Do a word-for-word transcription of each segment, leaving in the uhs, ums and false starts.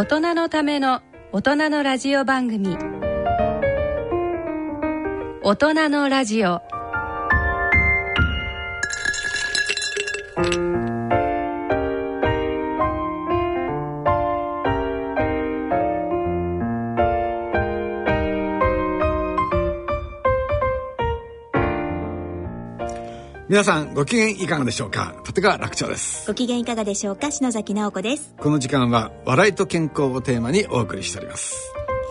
大人のための大人のラジオ番組、大人のラジオ。 皆さんご機嫌いかがでしょうか。立川楽長です。 ご機嫌いかがでしょうか。篠崎直子です。 この時間は笑いと健康をテーマにお送りしております。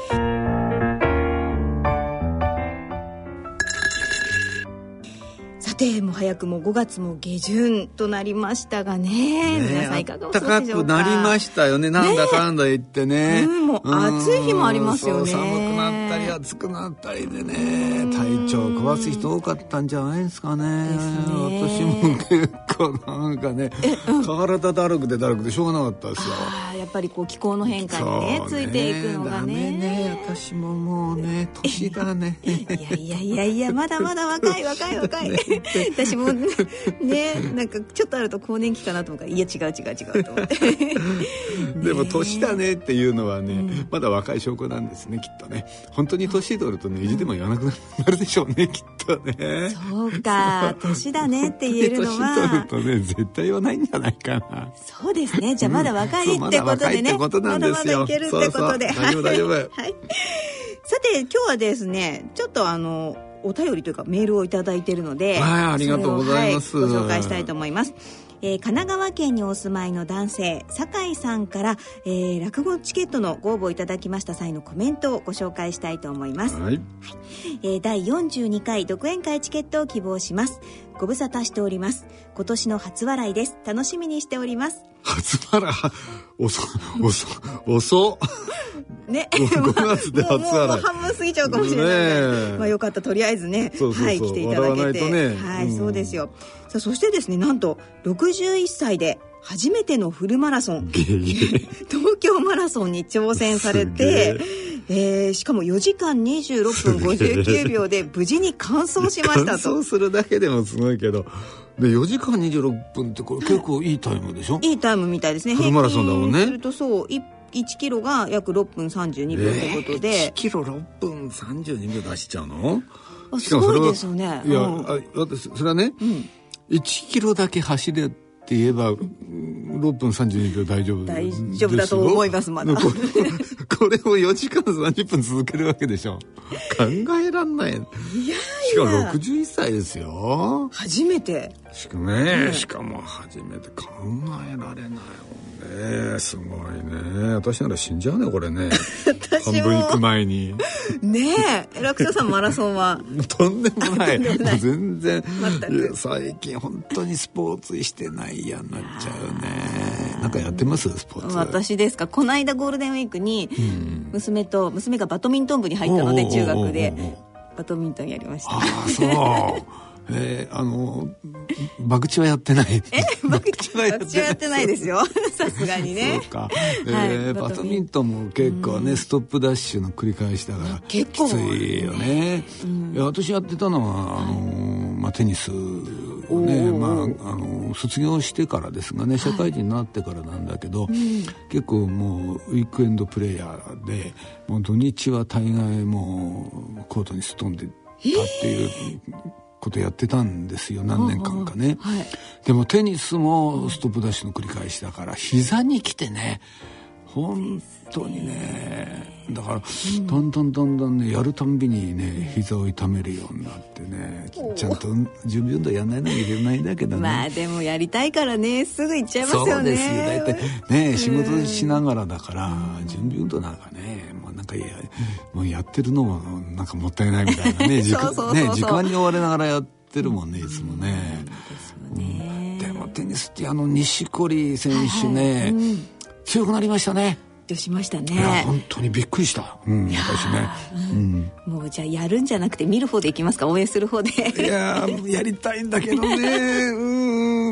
さて、もう早くもごがつも下旬となりましたが ね, ね皆さんいかがお過ごしでしょうか。 暖かくなりましたよね。なんだかんだ言ってね、 うん、もう暑い日もありますよね。 そう、寒くなったり暑くなったりでね、体調壊す人多かったんじゃないですか ね, ですね。私も結構なんかね、うん、体だるくでだるくでしょうがなかったですよ。 あ、やっぱりこう気候の変化にねついていくのがね。ダメね、 私ももうね年だね。 いやいやいやいや、まだまだ若い若い若い、ね、私もねなんかちょっとあると更年期かなと思うから、いや違う違う違うと思ってでも年だねっていうのはね、うん、まだ若い証拠なんですね、きっとね。本当に年取るとね、意地でも言わなくなるでしょうね、きっとね。 そうか、年だねって言えるのは年取るとね絶対言わないんじゃないかな。 そうですね。じゃあまだ若いってことでね、 うん、まだ若いってことなんですよ。 まだまだいけるってことで、 そうそう、大丈夫大丈夫、はい、 さて今日はですね、ちょっとあのお便りというかメールをいただいているので、 はい、ありがとうございます、 はい、ご紹介したいと思います。えー、神奈川県にお住まいの男性酒井さんから、えー、落語チケットのご応募いただきました際のコメントをご紹介したいと思います。 はい、はい、 えー、だいよんじゅうにかい独演会チケットを希望します。ご無沙汰しております。今年の初笑いです。楽しみにしております。 初笑いおそおそおそね、 ごがつで初笑い、 もうもう半分過ぎちゃうかもしれない、ね、まあよかった、とりあえずね、 そうそうそう、はい、 来ていただけて、 ね、 はい、 うん、 そうですよ。さあ、そしてですね、なんとろくじゅういっさいで初めてのフルマラソン東京マラソンに挑戦されて、えー、しかもよじかんにじゅうろっぷんごじゅうきゅうびょうで無事に完走しましたと。 完走するだけでもすごいけど、でよじかんにじゅうろっぷんってこれ結構いいタイムでしょ。 いいタイムみたいですね。 フルマラソンだもんね。 平均するとそういちキロが約ろっぷんさんじゅうにびょうということで、えー、 いちキロろっぷんさんじゅうにびょう出しちゃうの。 あ、すごいですよね。 いや、 うん、 あ、私それはね、うん、いちキロだけ走れって言えばろっぷんさんじゅうにびょう大丈夫大丈夫だと思います。まだこれ、これをよじかんさんじゅっぷん続けるわけでしょ。考えらんない。いやいや、しかもろくじゅういっさいですよ。 初めてしかもね、うん、しかも初めて考えられないもんね。すごいね。私なら死んじゃうねこれね。半分行く前にねえ、楽長さんマラソンはとんでもない全然最近本当にスポーツしてないやになっちゃうね。なんかやってますスポーツ。 私ですか、この間ゴールデンウィークに娘と、娘がバドミントン部に入ったので、中学でバドミントンやりました。 ああ、そうえー、あの博打はやってない。 え、博打はやってないですよ。さすがにね。 そうか、えーはい、バドミントンも結構ね、ストップダッシュの繰り返しだからきついよね。いや、私やってたのはあの、まあ、テニスね、まあ、あの卒業してからですがね、社会人になってからなんだけど、はい、結構もうウィークエンドプレーヤーで、もう土日は大概もうコートにすっ飛んでたっていう、えーことやってたんですよ、何年間かね、はい、でもテニスもストップダッシュの繰り返しだから膝に来てね、本当にね、だから、うん、だんだんだんだんね、やるたんびにね膝を痛めるようになってね、ちゃんと準備運動やんないのにいけないんだけどね。 まあでもやりたいからね、すぐ行っちゃいますよね。 そうですよ、だいたいね、仕事しながらだから、うん、準備運動なんかね、もうなんかいや、もうやってるのもなんかもったいないみたいなね、時間ね、時間に追われながらやってるもんね、いつもね。 うん、ですよね。 でもテニスってあの錦織選手ね、はいはい、うん、強くなりましたね。 しましたね。 いや本当にびっくりした、うん、私ね、 うん、もうじゃあやるんじゃなくて見る方でいきますか、応援する方で。 いややりたいんだけどねうん、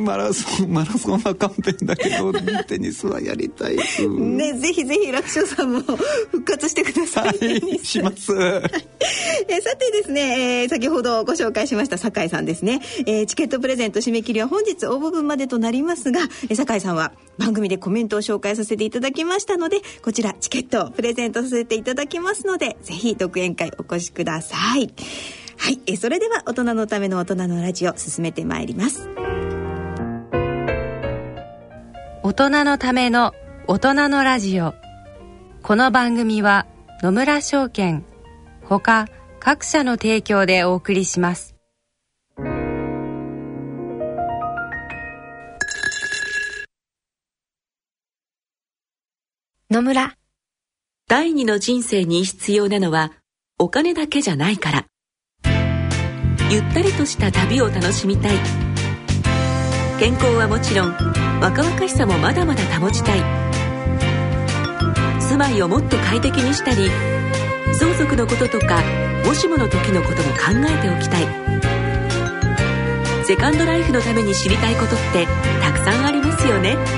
マラソンマラソンは勘弁だけどテニスはやりたい、うん、 ね、ぜひぜひ楽勝さんも復活してください。 はいしますえさてですね、えー、先ほどご紹介しました酒井さんですね、えー、チケットプレゼント締め切りは本日応募分までとなりますが、えー、酒井さんは番組でコメントを紹介させていただきましたので、こちらチケットをプレゼントさせていただきますので、ぜひ独演会お越しください。はい、えー、それでは大人のための大人のラジオ進めてまいります。 大人のための大人のラジオ。この番組は野村証券ほか各社の提供でお送りします。 野村、第二の人生に必要なのはお金だけじゃないから。ゆったりとした旅を楽しみたい。健康はもちろん若々しさもまだまだ保ちたい。住まいをもっと快適にしたり、相続のこととかもしもの時のことも考えておきたい。セカンドライフのために知りたいことってたくさんありますよね。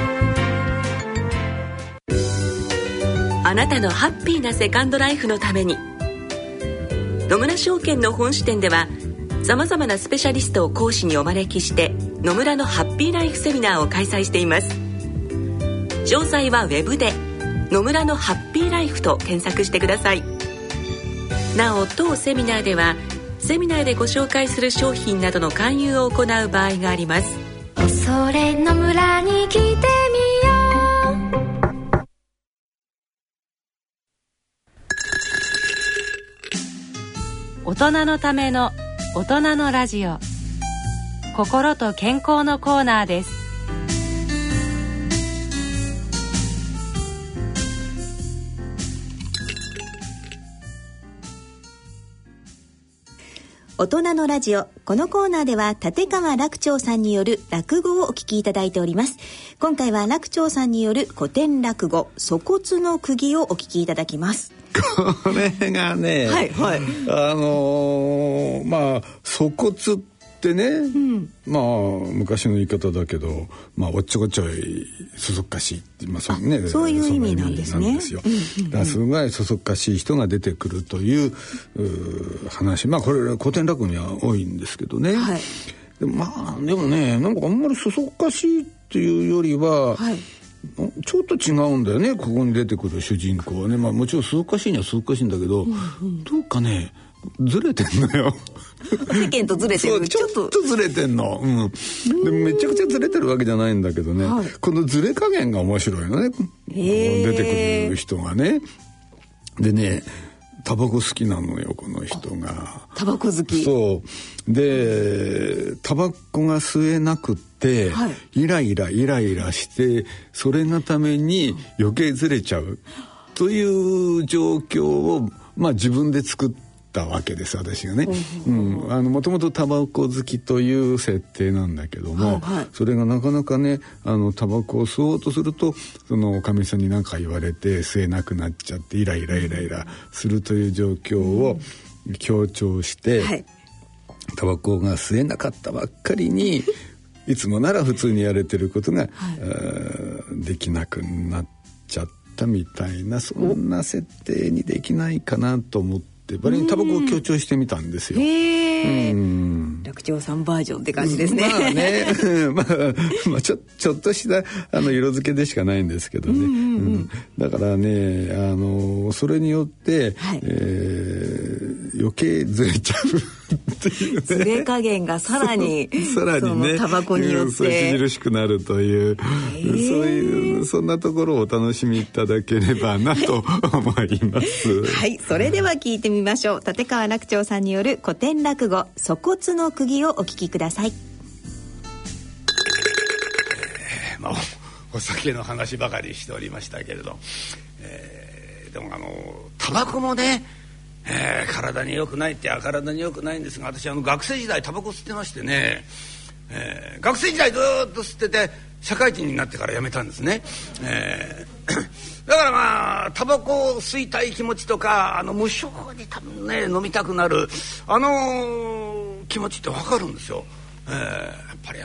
あなたのハッピーなセカンドライフのために、野村証券の本支店ではさまざまなスペシャリストを講師にお招きして野村のハッピーライフセミナーを開催しています。詳細はウェブで野村のハッピーライフと検索してください。なお当セミナーではセミナーでご紹介する商品などの勧誘を行う場合があります。 恐れの村に来てみよう。 大人のための大人のラジオ、心と健康のコーナーです。 大人のラジオ、このコーナーでは立川楽長さんによる落語をお聞きいただいております。今回は楽長さんによる古典落語粗骨の釘をお聞きいただきます。 これがね、はいはい、あのー、まあ粗骨ってね、うん、まあ昔の言い方だけど、まあおっちょこちょいそそっかしいって、まあ そ, う、ね、 そういう意味なんですね。 ですよ。だからすごいそそっかしい人が出てくるという、う話、まあこれ古典落語には多いんですけどね、はい、でもまあでもね、なんかあんまりそそっかしいっていうよりは、はい、ちょっと違うんだよね、ここに出てくる主人公はね。まあもちろんそそっかしいにはそそっかしいんだけど、うんうん、どうかねずれてんのよ世間とずれてる。 ちょっとずれてんの、うん、でもめちゃくちゃずれてるわけじゃないんだけどね、はい、このずれ加減が面白いのね、出てくる人がね。でね、タバコ好きなのよこの人が。 タバコ好き。 そうで、タバコが吸えなくって、はい、イライライライラして、それがために余計ずれちゃうという状況を、まあ自分で作ったわけです私がね。うん、あのもともとタバコ好きという設定なんだけども、はいはい、それがなかなかね、あのタバコを吸おうとすると、そのおかみさんに何か言われて吸えなくなっちゃってイライライライラするという状況を強調して、うん、はい、タバコが吸えなかったばっかりにいつもなら普通にやれてることが、はい、できなくなっちゃったみたいな、そんな設定にできないかなと思ってバリにタバコを強調してみたんですよ。 へー、うん、楽長さんバージョンって感じですね。 まあねまあ、まあ、ちょ、ちょっとしたあの色付けでしかないんですけどね、うんうんうんうん、だからね、あのそれによって、はい、えー、余計ずれちゃうっていうね、 ずれ加減がさらにさらにね、 タバコによって著しくなるという、そういうそんなところをお楽しみいただければなと思いますはい、それでは聞いてみましょう。立川楽長さんによる古典落語粗骨の釘をお聞きください。 えーまあ、お酒の話ばかりしておりましたけれど、えー、でもあのタバコもね、えー、体に良くないって体に良くないんですが、私あの学生時代タバコ吸ってましてね、えー、学生時代ずっと吸ってて社会人になってからやめたんですね、えー、だからまあタバコを吸いたい気持ちとか、あの無性に多分ね飲みたくなるあのー、気持ちって分かるんですよ、えー、やっぱりあの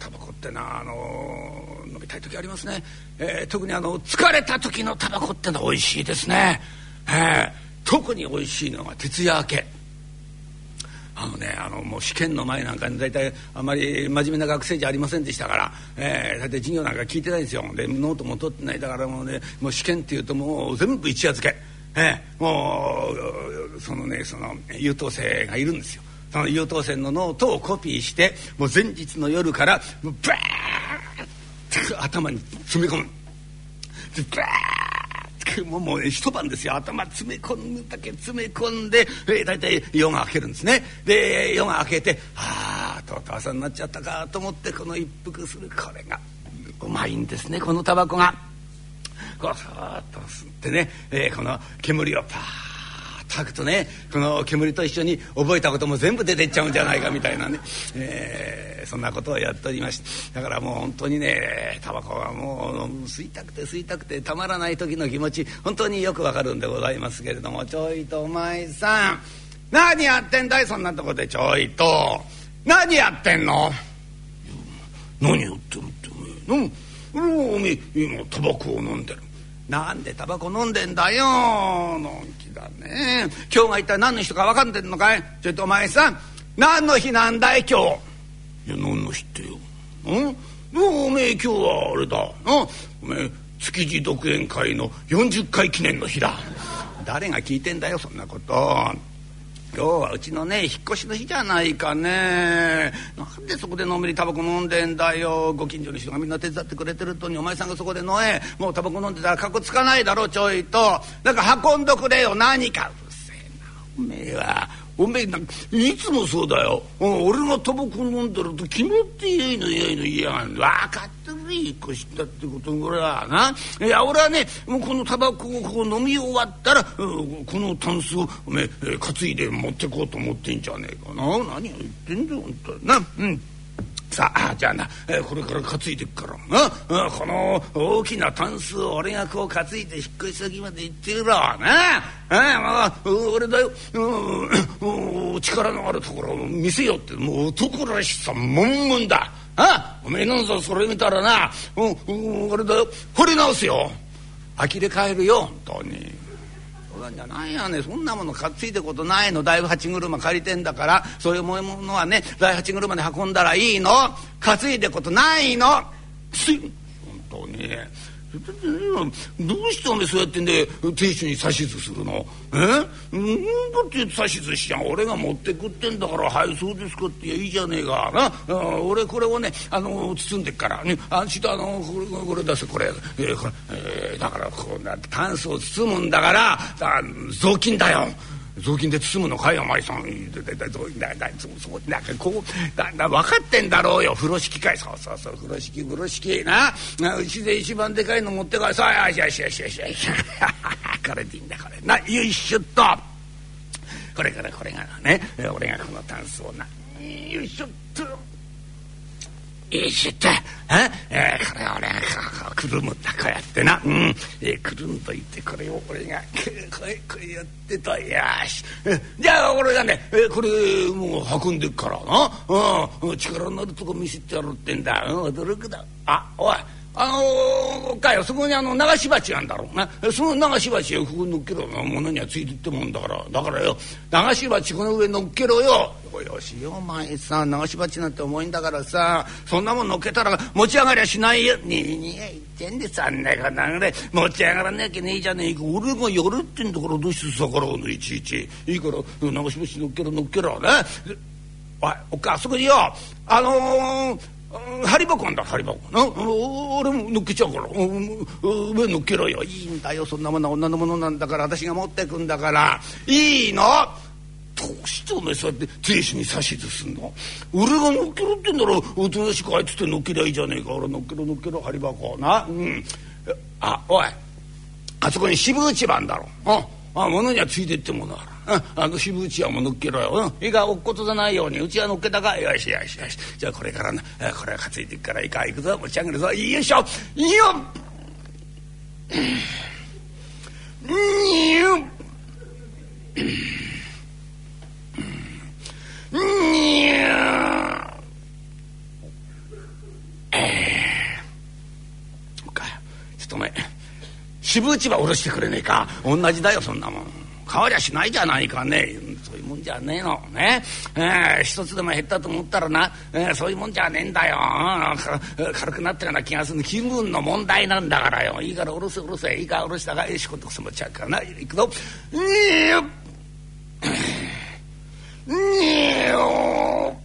タバコってな、あの飲みたい時ありますね、えー、特にあの疲れた時のタバコってのは美味しいですね、えー、特に美味しいのが徹夜明け。あのね、あのもう試験の前なんかに大体あんまり真面目な学生じゃありませんでしたから、えー、大体授業なんか聞いてないんですよ。でノートも取ってない。だからもうね、もう試験っていうともう全部一夜漬け、えー、もうそのねその優等生がいるんですよ。その優等生のノートをコピーしてもう前日の夜からもうバーッと頭に詰め込む。でバーッもうもう、ね、一晩ですよ。頭詰め込むだけ詰め込んで、えー、大体夜が明けるんですね。で夜が明けて、はあとうとう朝になっちゃったかと思ってこの一服する、これがうまいんですね、このタバコが。こうそーっと吸ってね、えー、この煙をパーッと吐くとね、この煙と一緒に覚えたことも全部出てっちゃうんじゃないかみたいなね、えー、そんなことをやっておりまして、だからもう本当にね、タバコはもう吸いたくて吸いたくてたまらない時の気持ち本当によくわかるんでございますけれども、ちょいとお前さん何やってんだい、そんなとこで。ちょいと何やってんの。何やってるっておめえ、おめえ今タバコを飲んでる。なんでタバコ飲んでんだよ、のんきだね。今日が一体何の日か分かんでんのかい。ちょっとお前さん何の日なんだい今日。いや何の日ってよ。うんおめえ今日はあれだ、おめえ築地独演会のよんじゅっかい記念の日だ。誰が聞いてんだよそんなこと。今日はうちのね引っ越しの日じゃないかね。なんでそこでのんびりタバコ飲んでんだよ。ご近所の人がみんな手伝ってくれてるとにお前さんがそこで飲え。もうタバコ飲んでたらかっこつかないだろ。ちょいとなんか運んどくれよ何か。うるせえなおめえは。おめえなんかいつもそうだよ。俺がタバコ飲んでると決まっていいのいいのいや分かってる引っ越したってことぐらいはな。いや俺はねもうこのタバコをこう飲み終わったらこのタンスをおめえ担いで持ってこうと思ってんじゃねえかな。何を言ってんだよ本当にな。うんさあじゃあな、えー、これから担いでっからな、うん、この大きなタンスを俺がこう担いで引っ越し先まで行ってるろな。ああまあ俺だよ、うん、力のあるところを見せようってもう男らしさもんもんだ。あおめえなんぞそれ見たらな、うん、俺だよ掘り直すよ。呆れ返るよ本当に。じゃないやねそんなもの担いでことないの。大八車借りてんだからそういうものはね大八車で運んだらいいの。担いでことないの。本当にどうしておめえそうやってんで亭主に指図するの。えだって指図しちゃん俺が持ってくってんだからはいそうですかっていいじゃねえかな。俺これをねあの包んでっからねあんちとあのこれこれ出せこれ、えーこれえー、だからこうなタンスを包むんだから雑巾だよ。雑巾で包むのかいお前さん。なんかこうだだ分かってんだろうよ。風呂敷かい。そうそうそう風呂敷風呂敷な。うちで一番でかいの持ってからさあよしよしよしよしよしこれでいいんだこれな。よいしょっとこれからこれがね俺がこのタンスをなよいしょっとよいしょっとえー、これを俺がこうくるむんだこうやってな、うんえー、くるんといてこれを俺がこれこれやってとよしじゃあ俺がね、えー、これもう運んでっからな、うん、力のあるとこ見せてやるってんだ、うん、驚くだ。あおいあのー、かよそこにあの流し鉢あんだろうな。その流し鉢をここに乗っけろものにはついてってもんだからだからよ流し鉢この上乗っけろよ。よしよお前さ流し鉢なんて重いんだからさそんなもん乗っけたら持ち上がりゃしないよ。にえにえ言ってんでさんなことぐらい持ち上がらなきゃねえじゃねえか。俺がやるってんだからどうして逆らうのいちいち。いいから流し鉢乗っけろ乗っけろね。おいおっかあそこによあのー針箱なんだ針箱な。俺も乗っけちゃうから上乗っけろよ。いいんだよそんなものは女のものなんだから私が持ってくんだからいいの。どうしてお前そうやって亭主に指図すんの。俺が乗っけろってんだろおとなしくあいつって乗っけりゃいいじゃねえか。俺乗っけろ乗っけろ針箱な。うんあおいあそこに渋打ち番だろ。ああ物にはついてってものある。あの渋打ちはもう乗っけろよ。いいかおっことざないようにうちは乗っけたか。よしよしよしじゃあこれからなこれは担いでいくからいいか行くぞ持ち上げるぞ。よいしょよっにゅにゅとめ渋打ちは下ろしてくれねえか。同じだよそんなもん。変わりゃしないじゃないかね。そういうもんじゃねえのね。えー、一つでも減ったと思ったらな、えー、そういうもんじゃねえんだよ。軽くなったような気がする。気分の問題なんだからよ。いいから下ろせ下ろせ。いいから下ろしたがよしことくそもちゃうからな。いくぞ。にーにーよ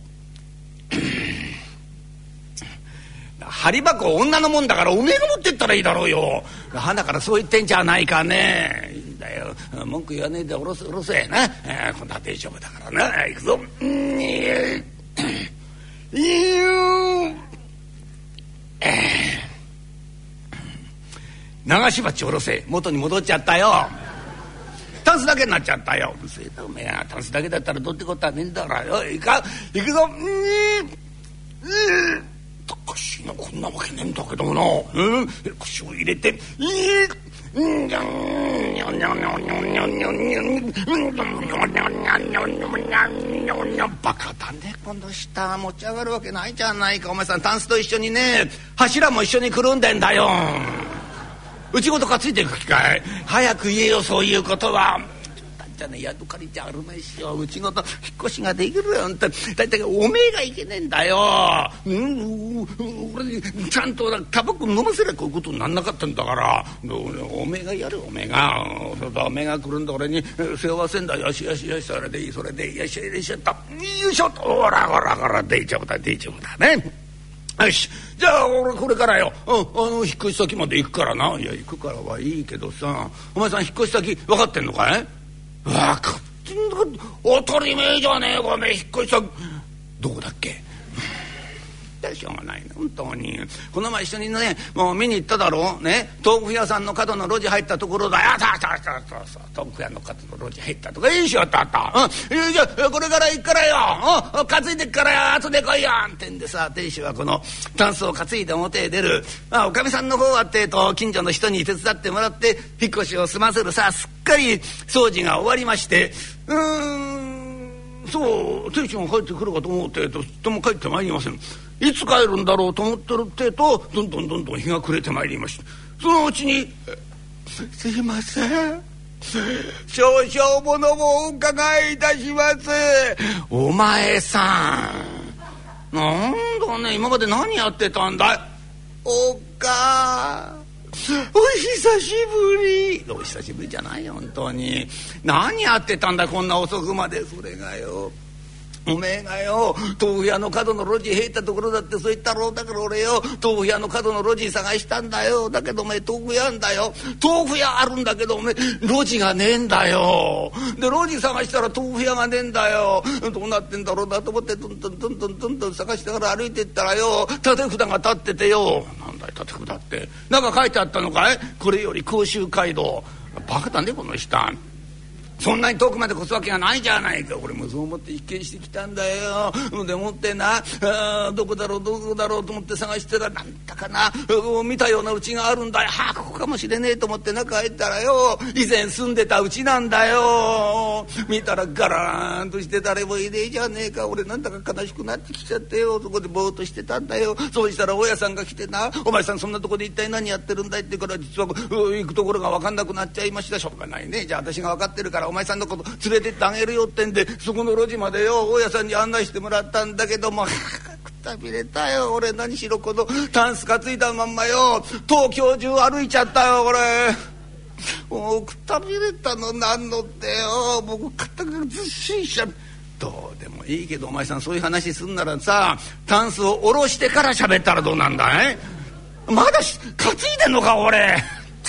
針箱女のもんだからおめえが持ってったらいいだろうよ。花からそう言ってんじゃないかね。いいんだよ。文句言わねえで下ろせ下ろせな。えー、今度は大丈夫だからな。行くぞ。いいよ。流し鉢下ろせ。元に戻っちゃったよ。タンスだけになっちゃったよ。うるせえなおめえ。タンスだけだったらどうってことはねえんだからよ。いか行くぞ。おかしいな、こんなわけねえんだけどもな。うん、口を入れて、いい、うんにゃんにゃんにゃんにゃんにゃんにゃんにゃんにゃんにゃん。バカだねこの下。持ち上がるわけないじゃないか。お前さんタンスと一緒にね柱も一緒にくるんでんだよ。うちごとかついていく気かい。早く言えよそういうことは。じゃね宿借りじゃあるまいしよ。うちごと引っ越しができるよ。だいたいおめえがいけねえんだよ。うん、俺ちゃんとタバコ飲ませりゃこういうことになんなかったんだから。おめえがやるおめえが。おめえが来るんだ俺に世話せんだ。よしよしよしそれでいいそれでいい。よしよしよしよいしょと。ほらほらほら大丈夫だ大丈夫だね。よしじゃあ俺これからよ、うん、あの引っ越し先まで行くからな。いや行くからはいいけどさ、お前さん引っ越し先分かってんのかい。分かってんだ。当たり前じゃねえかおめえ。引っ越し先どこだっけ。しょうがないね本当に。この前一緒にねもう見に行っただろうね。豆腐屋さんの角の路地入ったところだよ。そうそうそうそう豆腐屋の角の路地入ったとこいいしよったあった、うん、じゃあこれから行くからよ、うん、担いでっからよ後で来いよってんでさ、亭主はこのタンスを担いで表へ出る。あおかみさんの方はってえと近所の人に手伝ってもらって引っ越しを済ませるさ。すっかり掃除が終わりまして、うーんそう亭主が帰ってくるかと思ってととも帰ってまいりません。いつ帰るんだろうと思ってるってとどんどんどんどん日が暮れてまいりました。そのうちに「すいません少々物をお伺いいたします」。お前さんなんだね今まで何やってたんだい。おっかお久しぶり。お久しぶりじゃないよ本当に。何やってたんだこんな遅くまで。それがよおめえがよ豆腐屋の角の路地へ行ったところだってそう言ったろう。だから俺よ豆腐屋の角の路地探したんだよ。だけどおめえ豆腐屋んだよ。豆腐屋あるんだけどおめえ路地がねえんだよ。で路地探したら豆腐屋がねえんだよ。どうなってんだろうなと思ってどんどんどんどんどんどん探しながら歩いてったらよ立て札が立っててよ。なんだい立て札ってなんか書いてあったのかい。これより甲州街道。バカだねこの下。そんなに遠くまで越すわけがないじゃないか。俺もそう思って一見してきたんだよ。でもってなあどこだろうどこだろうと思って探してたらなんだかな見たような家があるんだよ。はあここかもしれねえと思って中入ったらよ以前住んでた家なんだよ。見たらガラーンとして誰もいねえじゃねえか。俺なんだか悲しくなってきちゃってよ。そこでぼーっとしてたんだよ。そうしたら大家さんが来てな「お前さんそんなとこで一体何やってるんだい」って言うから実は行くところが分かんなくなっちゃいました。しょうがないね。じゃあ私が分かってるからお前さんのこと連れてってあげるよってんでそこの路地までよ大家さんに案内してもらったんだけどもくたびれたよ。俺何しろこのタンス担いだまんまよ東京中歩いちゃったよこれ。もうくたびれたのなんのってよ僕肩がずっしりしちゃう。どうでもいいけどお前さんそういう話すんならさタンスを下ろしてから喋ったらどうなんだい。まだ担いでんのか俺。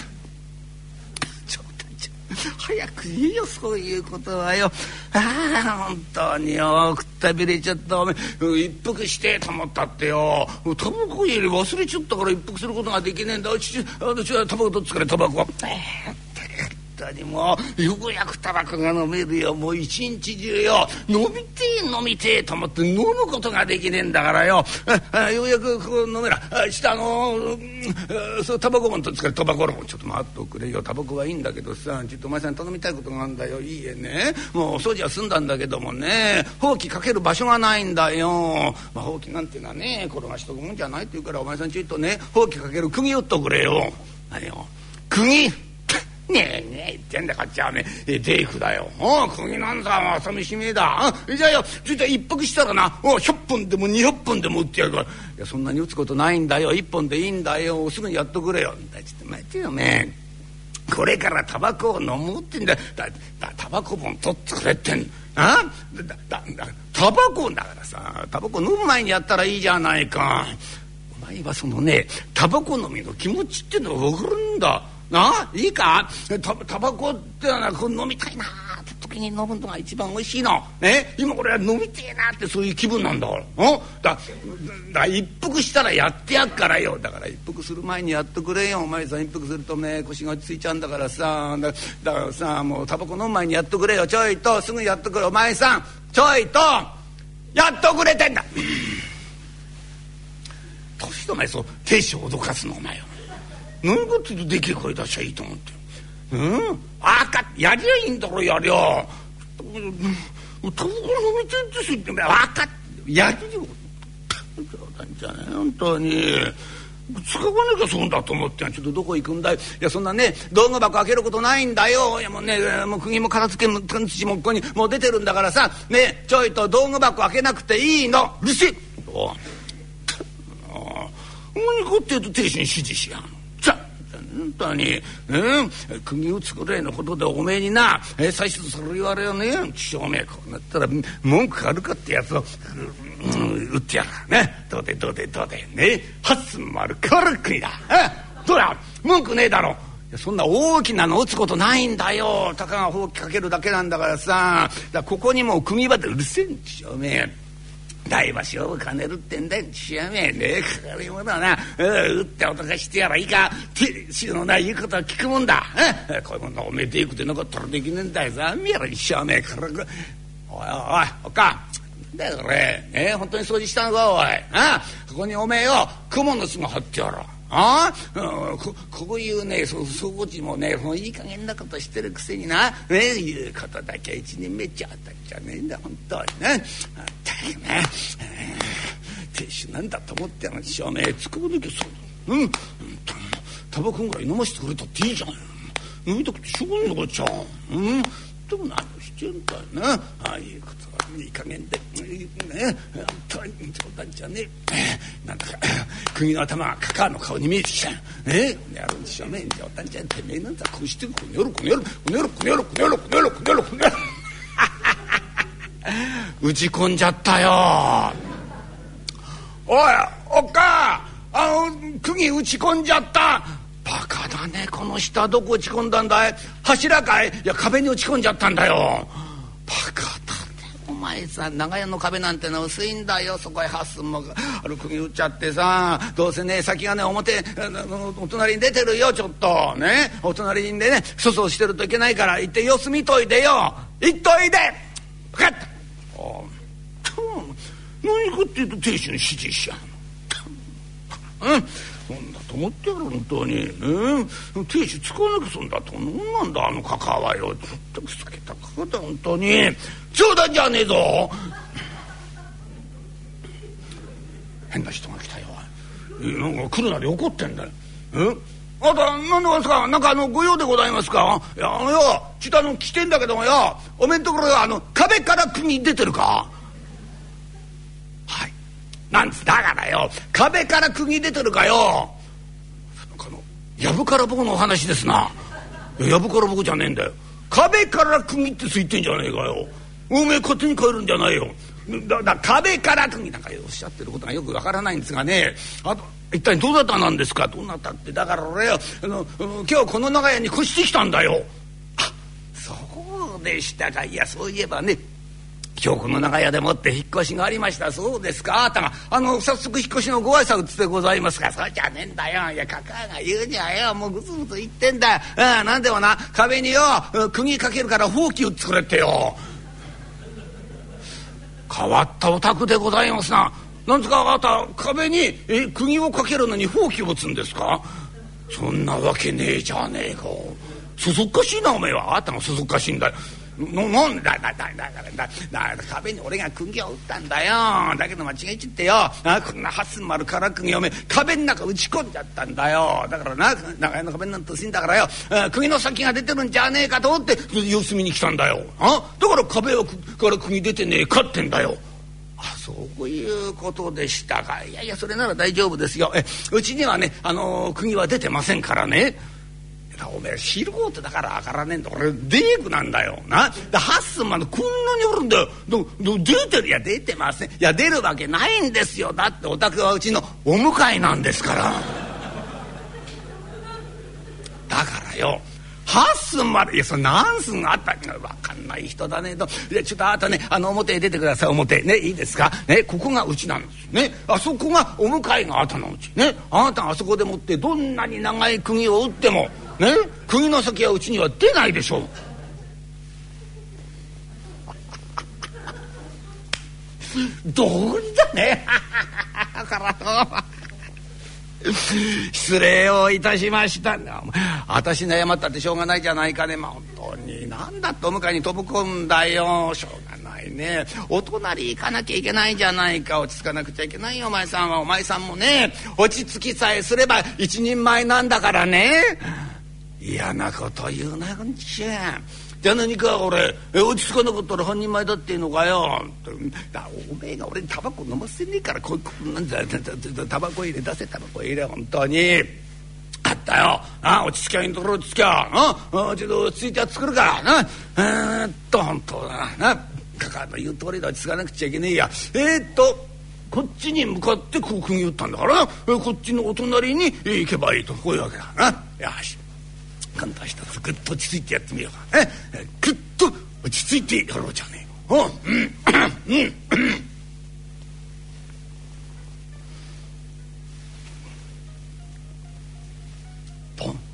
早く言えよそういうことはよ。ああ本当によくったびれちゃったおめ一服してと思ったってよタバコ入れ忘れちゃったから一服することができねえんだ。私はタバコ取ってくれタバコ。にもうようやくタバコが飲めるよ。もう一日中よ飲みてえ飲みてえと思って飲むことができねえんだからよようやくこう飲めらしたあのそうタバコもんとつかれタバコのちょっと待っておくれよ。タバコはいいんだけどさちょっとお前さん頼みたいことがあるんだよ。いいえねもう掃除は済んだんだけどもねほうきかける場所がないんだよ。まあ、ほうきなんていうのはね転がしとくもんじゃないって言うからお前さんちょっとねほうきかける釘打っとくれよ。 あれよ釘ねえねえ言ってんだこっちはねえデイクだよ。おう釘なんさ朝飯めえだ。じゃあよちょいと一服したらなおひゃっぽんでもにひゃっぽんでも打ってやるから。いやそんなに打つことないんだよ。いっぽんでいいんだよ。すぐにやっとくれよ。ちょっと待ってよね。これからタバコを飲むってんだ。だだタバコ本取ってくれってんあだだだタバコだからさタバコ飲む前にやったらいいじゃないか。お前はそのねタバコ飲みの気持ちってのが分かるんだな。いいかタタバコってのはこう飲みたいなって時に飲むのが一番おいしいのね。今これは飲みてえなってそういう気分なんだから。だだ一服したらやってやっからよ。だから一服する前にやっとくれよ。お前さん一服するとね腰が落ち着いちゃうんだからさ。だだからさもうタバコ飲む前にやっとくれよ。ちょいとすぐやっとくれ。お前さんちょいとやっとくれてんだ。どうしてお前そう亭主を脅かすのお前よ。何かって言うとでけえ声出しゃいいと思って。うんあかやりゃいいんだろやりゃ。タバコ飲みてえって言って分かっやりよ。冗談じゃねえ本当に。使わなきゃ損だと思ってちょっとどこ行くんだい。いやそんなね道具箱開けることないんだよ。いやもうねもう釘も片付けも土もここにもう出てるんだからさねちょいと道具箱開けなくていいの。うるせえ。お何かって言うと亭主に指示しやんの。じゃ本当に、うん、釘打つくらいのことでおめえになえ最初それ言われよね。おめえこうなったら文句あるかってやつを、うん、打ってやるからね。どうでどうでどうでね八寸もあるから釘だ。どうだ文句ねえだろ。いやそんな大きなの打つことないんだよ。たかがほうきかけるだけなんだからさ。だここにもう釘場でうるせえんちおめえ。大馬勝負兼ねるってんだよ。しやめえねえかかりものはな、うん、打っておとかしてやらいいか亭主のない言うことは聞くもんだ。うん、こういうもんなおめえでいくてなかったらできねえんだよさ。見やらにしやめえからおいおいおかなんだよこれえ本当に掃除したのかおい。あここにおめえよ蜘蛛の巣が張ってやろう。ああ、うん、こ, こういうねそう掃除もねもういい加減なことしてるくせになねいうことだけ一人目っちゃったんじゃねえんだ本当にね。あったくね亭主なんだと思っての証明作るべきそうだ。うんタバコぐらい飲ませてくれたっていいじゃん。飲みたくてしょうがないのかちゃん。うんでも何してんだよな。ああいうことはいい加減でね本当に冗談じゃねえ。なんだか釘の頭がカカアの顔に見えてきたねやるんでしょうね。冗談じゃてめえなんだこうしてこの野郎この野郎この野郎この野郎この野郎この野郎この野郎この野郎打ち込んじゃったよ。おいおっかあの釘打ち込んじゃった。バカだねこの人は。どこ打ち込んだんだい。柱かい。いや壁に打ち込んじゃったんだよ。バカだねお前さ。長屋の壁なんての薄いんだよ。そこへ八寸もある釘打っちゃってさどうせね先がね表お隣に出てるよちょっとね。お隣でね粗相してるといけないから行って様子見といてよ。行っといで分かった。何かっていうと亭主に指示しちゃうの。うんなんだと思ってやる本当に。うん亭主使わなきゃそんだと何なんだあのカカアはよ。ちょっとふざけたカカアだ本当に。冗談じゃねえぞ。変な人が来たよ。なんか来るなり怒ってんだよ。うんあなた何でですか。なんかあのご用でございますか。いやあのよちょっとあの来てんだけどもよおめんところがあの壁から釘出てるか。はいなんつだからよ壁から釘出てるかよ。なんかあのやぶから棒のお話ですな。やぶから棒じゃねえんだよ。壁から釘ってついてんじゃねえかよ。おめえ勝手に帰るんじゃないよ。だだ壁から釘なんかおっしゃってることがよくわからないんですがね。あと一体どうだったなんですか。どうなったってだから俺よあの今日この長屋に越してきたんだよ。あそうでしたか。いやそういえばね今日この長屋でもって引っ越しがありました。そうですか。あなたがあの早速引っ越しのご挨拶でございますか。そうじゃねえんだよ。いやカカアが言うにはよもうグツグツ言ってんだよ。あなんでもな壁によ釘かけるからほうき打ってくれってよ。変わったお宅でございますな。なんですかあなた壁にえ釘をかけるのにほうきを打つんですか。そんなわけねえじゃねえか。そそっかしいなおめえは。あなたがそそっかしいんだよ。 なんだだだだだだだ壁に俺が釘を打ったんだよ。だけど間違えちってよ、あこんな八寸丸から釘をおめ壁の中打ち込んじゃったんだよ。だからな長屋の壁になんとすいんだからよ、釘の先が出てるんじゃねえかと思って様子見に来たんだよ。あだから壁をから釘出てねえかってんだよ。あそういうことでしたか。いやいやそれなら大丈夫ですよ。えうちにはねあのー、釘は出てませんからね。おめえ素人だから分からねえんだ。俺デークなんだよな。ハッスンまでこんなにおるんだよ。どど出てる。いや出てません。いや出るわけないんですよ。だってお宅はうちのお迎えなんですからだからよハッスンまでいやそれ何寸あったか分かんない人だねと。いやちょっとあなたねあの表へ出てください。表ねいいですかね。ここがうちなんですね。あそこがお迎えがあなたのうちね。あなたがあそこでもってどんなに長い釘を打ってもね釘の先はうちには出ないでしょう。どうだねだから失礼をいたしました。私に謝ったってしょうがないじゃないかね。まあ、本当に何だってお迎えに飛ぶ込んだよ。しょうがないね。お隣行かなきゃいけないじゃないか。落ち着かなくちゃいけないよお前さんは。お前さんもね落ち着きさえすれば一人前なんだからね。嫌なこと言うなこんちゃ。じゃあ何か俺落ち着かなかったら半人前だっていうのかよ。だおめえが俺にタバコ飲ませねえからこうなんだタバコ入れ出せタバコ入れ本当にあったよ。あ落ち着きゃいいんだろ落ち着きゃあちょっと落ち着いて作るからな。えーっと本当だなカカの言う通りで落ち着かなくちゃいけねえや。えーっとこっちに向かってこう釘打ったんだからこっちのお隣に行けばいいとこういうわけだな。よし今度は一つぐっと落ち着いてやってみようか。えぐっと落ち着いてやろうじゃねえか。うんうんうんポン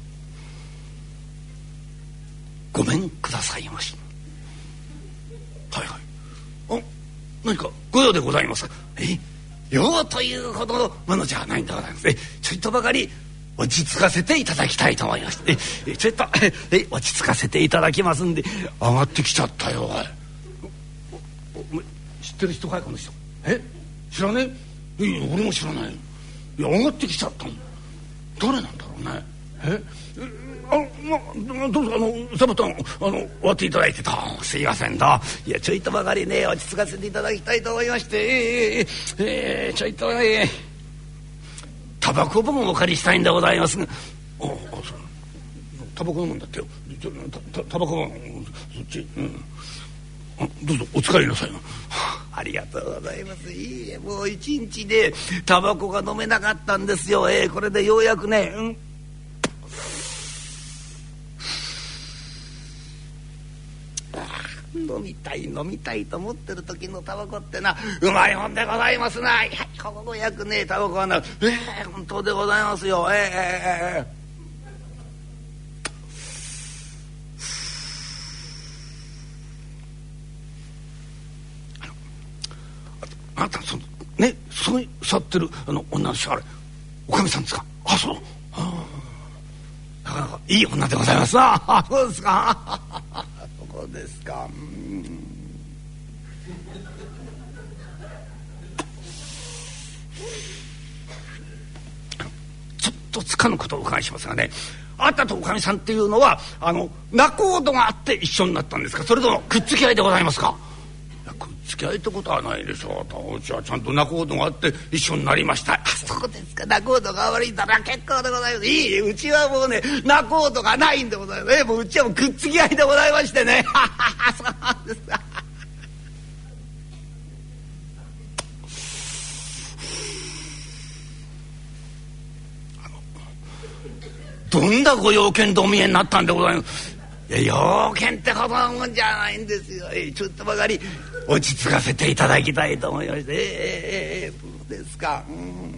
ごめんくださいまし。はいはい。あ何かご用でございますか。え用というほどのものじゃないんでございます。えちょいとばかり落ち着かせていただきたいと思いまして、えちょっとえ落ち着かせていただきますんで。上がってきちゃったよ。おお知ってる人かいこの人。え知らねえ。いや俺も知らない。いや上がってきちゃったの誰なんだろうね。えあまどうぞあの座布団あの終わっていただいてとすいませんと。いやちょいとばかりね落ち着かせていただきたいと思いまして、えーえー、ちょいとえータバコ本をお借りしたいんでございますが。ああそうタバコ飲むんだってよ。たタバコ本そっち、うん、あどうぞお使いなさい。ありがとうございます。いいえもう一日でタバコが飲めなかったんですよ。えー、これでようやくね、うん、飲みたい飲みたいと思ってる時のタバコってなうまいもんでございますな。はいこうやくねタバコはなえー、本当でございますよ。えー、えー、えー、あなたそのねそこに座ってるあの女の人あれおかみさんですか。あそうあなかなかいい女でございますな。あそうですかそうですか。うんちょっとつかぬことをお伺いしますがねあなたとおかみさんっていうのはあの仲人があって一緒になったんですかそれともくっつき合いでございますか。いやくっつき合いってことはないでしょう。うちはちゃんと仲人があって一緒になりました。あそうですか仲人が悪いんだら結構でございます。いいうちはもうね仲人がないんでございます。えもううちはもうくっつき合いでございましてねそうですか。どんなご用件でお見えになったんでございます。いや用件ってほどのもんじゃないんですよ。えちょっとばかり落ち着かせていただきたいと思いまして。えー、えー、そうですか。うん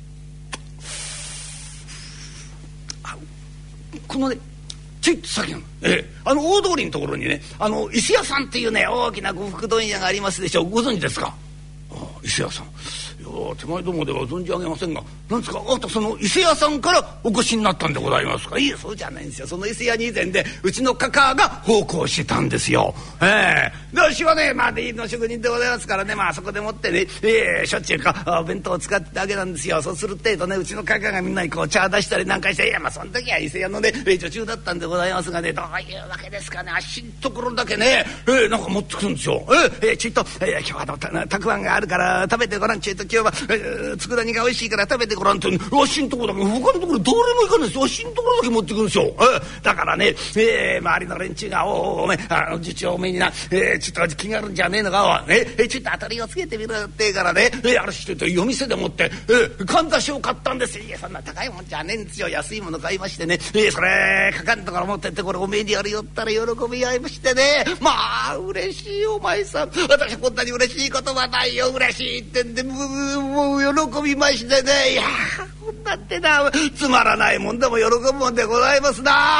あこのねちょいと先の、えー、あの大通りのところにねあの伊勢屋さんっていうね大きな呉服問屋がありますでしょう。ご存知ですか。あ伊勢屋さんよ手前どもでは存じ上げませんが、なんですか、あなたその伊勢屋さんからお越しになったんでございますか。いえ、そうじゃないんですよ。その伊勢屋に以前でうちのカカが奉公してたんですよ。ええー、で私はね、まあ出入りの職人でございますからね、まあそこでもってね、えー、しょっちゅうかお弁当を使ってたわけなんですよ。そうする程度ね、うちのカカがみんなにこう茶出したりなんかして、いやまあその時は伊勢屋のね女中だったんでございますがね、どういうわけですかね、足のところだけね、えー、なんか持ってくるんですよ。えーえー、ちょっと、えー、今日はのたたくあんがあるから食べてごらん、ちょっと今日は、えー、佃煮が美味しいから食べてごらんって、わしんところだけ、他のところどれも行かないですよ。わしんところだけ持ってくるんですよ。えー、だからね、えー、周りの連中がおおおめあの受長おめにな、えー、ちょっと気があるんじゃねえのか、えー、ちょっと当たりをつけてみろってからね、えー、あれしてて夜店でもって、えー、かんざしを買ったんですよ。いやそんな高いもんじゃねえんですよ。安いもの買いましてね、えー、それかかんところ持ってってこれおめえにやるよったら喜び合いましてね、まあ嬉しいお前さん、私こんなに嬉しいことはないよ、嬉しいってんでもう喜びましてね、いやこんなんてなつまらないもんでも喜ぶもんでございますな。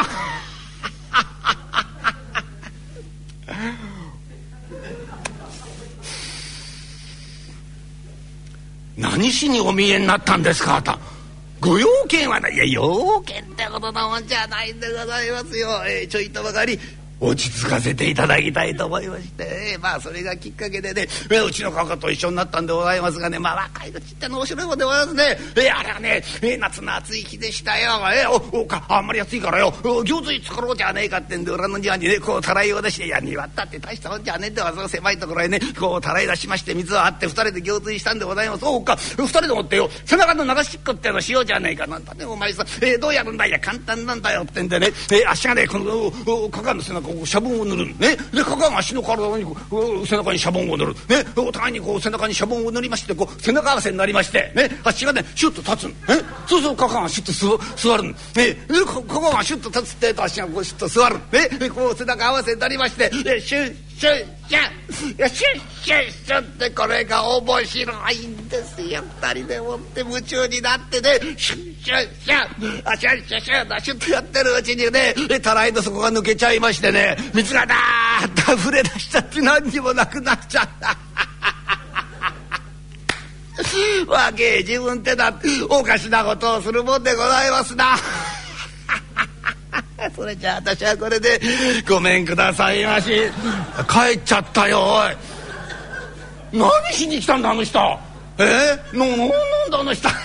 何しにお見えになったんですかあた。ご用件はない。いや用件ってことなもんじゃないんでございますよ。えー、ちょいとばかり落ち着かせていただきたいと思いまして、えー、まあそれがきっかけでね、えー、うちのカカと一緒になったんでございますがね、まあ若いうちっての面白いもんでございますね。えー、あれはね、えー、夏の暑い日でしたよ。えー、おおかあんまり暑いからよ行水作ろうじゃねえかってんで裏の庭にねこうたらいを出して、いや庭ったって大したもんじゃねえんでは、その狭いところへねこうたらい出しまして水を張って二人で行水したんでございます。おか二人でもってよ背中の流しっこってのしようじゃねえかなんだねお前さ、えー、どうやるんだ。いや簡単なんだよってんでね、えー、足がねこのカカの背中をシャボンを塗るね、でカカが足の体に背中にシャボンを塗るね、お互いにこう背中にシャボンを塗りまして、こう背中合わせになりましてね、足がねシュッと立つんね、そうするとカカがシュッと座るんね、でカカがシュッと立つってと足がこうシュッと座るね、でこう背中合わせになりまして、でシュッシュッシュッいやシュッシュッシュッってこれが面白いんですよ。二人でもって夢中になってね、シュッシュッシュッあシュッシュッシュッシュッとやってるうちにね、たらいの底が抜けちゃいましてね、水がダーッと溢れ出しちゃって何にもなくなっちゃったわけ自分ってだおかしなことをするもんでございますなそれじゃあ私はこれでごめんくださいまし。帰っちゃったよ。おい何しに来たんだあの人。えー、のなんだあの人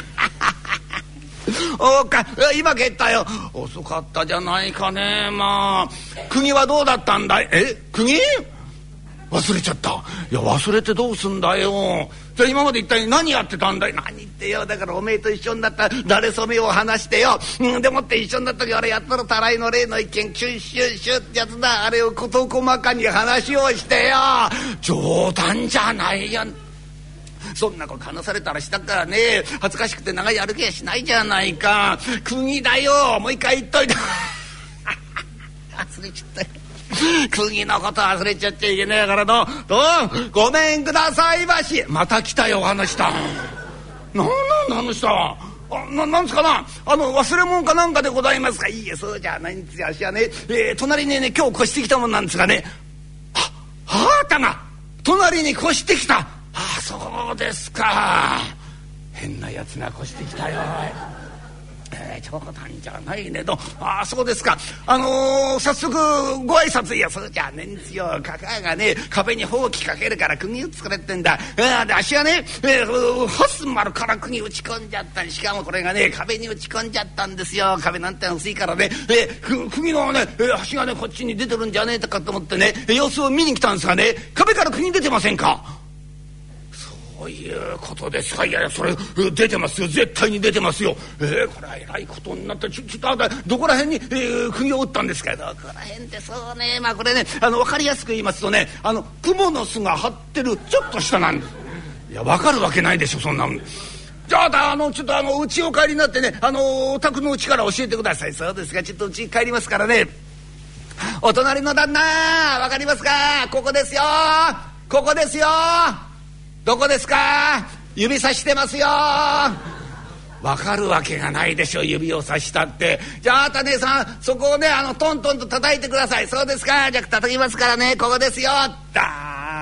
おか今帰ったよ。遅かったじゃないかね。まあ釘はどうだったんだい。え釘忘れちゃった。いや忘れてどうすんだよ。じゃあ今まで一体何やってたんだい。何言ってよ。だからおめえと一緒になった誰れ初めを話してよ、うん、でもって一緒になった時あれやったらたらいの例の一件キュッシュッシュッってやつだ。あれを事細かに話をしてよ。冗談じゃないよ。そんなこと話されたらしたからね恥ずかしくて長い歩きはしないじゃないか。釘だよ。もう一回言っといて忘れちゃった釘のこと忘れちゃっちゃいけねえからどうどうごめんくださいまし。また来たよあの人。なんなんだあの人。あななんですかなあの忘れ物かなんかでございますか。いいえそうじゃないんですよ。私はね、えー、隣にね今日越してきたもんなんですがね、ああたが隣に越してきた。ああそうですか。変なやつが越してきたよ。えー、冗談じゃないねと。ああそうですか。あのー、早速ご挨拶。いやそうじゃねえんですよ。カカがね壁にほうきかけるから釘打つくれってんだ。えー、で足はね、えー、ハスマルから釘打ち込んじゃったり、しかもこれがね壁に打ち込んじゃったんですよ。壁なんて薄いからね、えー、釘のね、えー、足がねこっちに出てるんじゃねえかと思ってね様子を見に来たんですがね、壁から釘出てませんか。そういうことですか。いやいやそれ出てますよ。絶対に出てますよ。えー、これはえらいことになってちょちょっとあなたどこら辺に、えー、釘を打ったんですか。どこら辺ってそうね、まあこれねあの分かりやすく言いますとね、あの雲の巣が張ってるちょっと下なんです。いや分かるわけないでしょそんなの。じゃああのちょっとあの家お帰りになってね、あのお宅の家から教えてください。そうですか。ちょっと家帰りますからね。お隣の旦那分かりますか。ここですよここですよ。どこですか。指さしてますよ。わかるわけがないでしょ指をさしたって。じゃああた姉さんそこをねあのトントンと叩いてください。そうですか。じゃあ叩きますからね。ここですよ。だ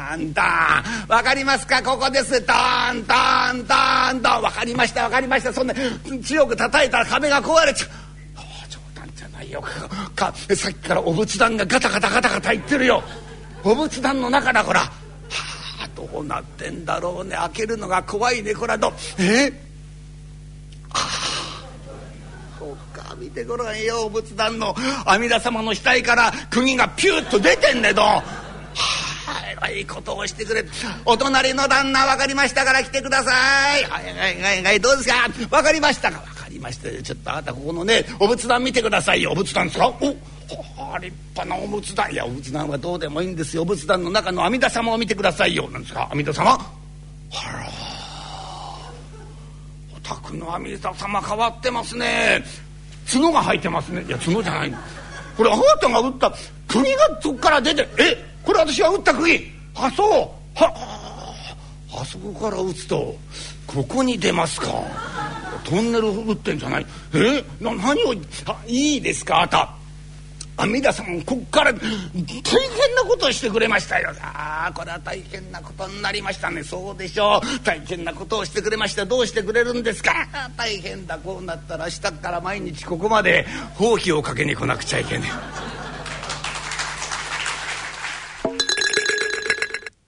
タンタンわかりますか、ここです。タンタンタンタンわかりましたわかりました。そんな強く叩いたら壁が壊れちゃう。冗談じゃないよか、さっきからお仏壇がガタガタガタガタ言ってるよ。お仏壇の中だこら。はあ、どうなってんだろうね。開けるのが怖いねこら。どえ見てごらんよ、お仏壇の阿弥陀様の額から釘がピュッと出てんねど。はあ、えらいことをしてくれ。お隣の旦那分かりましたから来てください。はいはいはいはい、どうですか、分かりましたか。分かりました。ちょっとあなたここのねお仏壇見てくださいよ。お仏壇ですか。おはあ、立派なお仏壇。いやお仏壇はどうでもいいんですよ。お仏壇の中の阿弥陀様を見てくださいよ。なんですか、阿弥陀様。あら、お宅の阿弥陀様変わってますね。角が生えてますね。いや角じゃない、これあなたが打った釘がそこから出て、えこれ私が打った釘。あそうはあ、あそこから打つとここに出ますか。トンネル打ってんじゃない。えな何をあいいですか、あなた阿弥陀様こっから大変なことをしてくれましたよ。ああこれは大変なことになりましたね。そうでしょう、大変なことをしてくれました。どうしてくれるんですか。大変だ、こうなったら明日から毎日ここまでほうきをかけに来なくちゃいけない。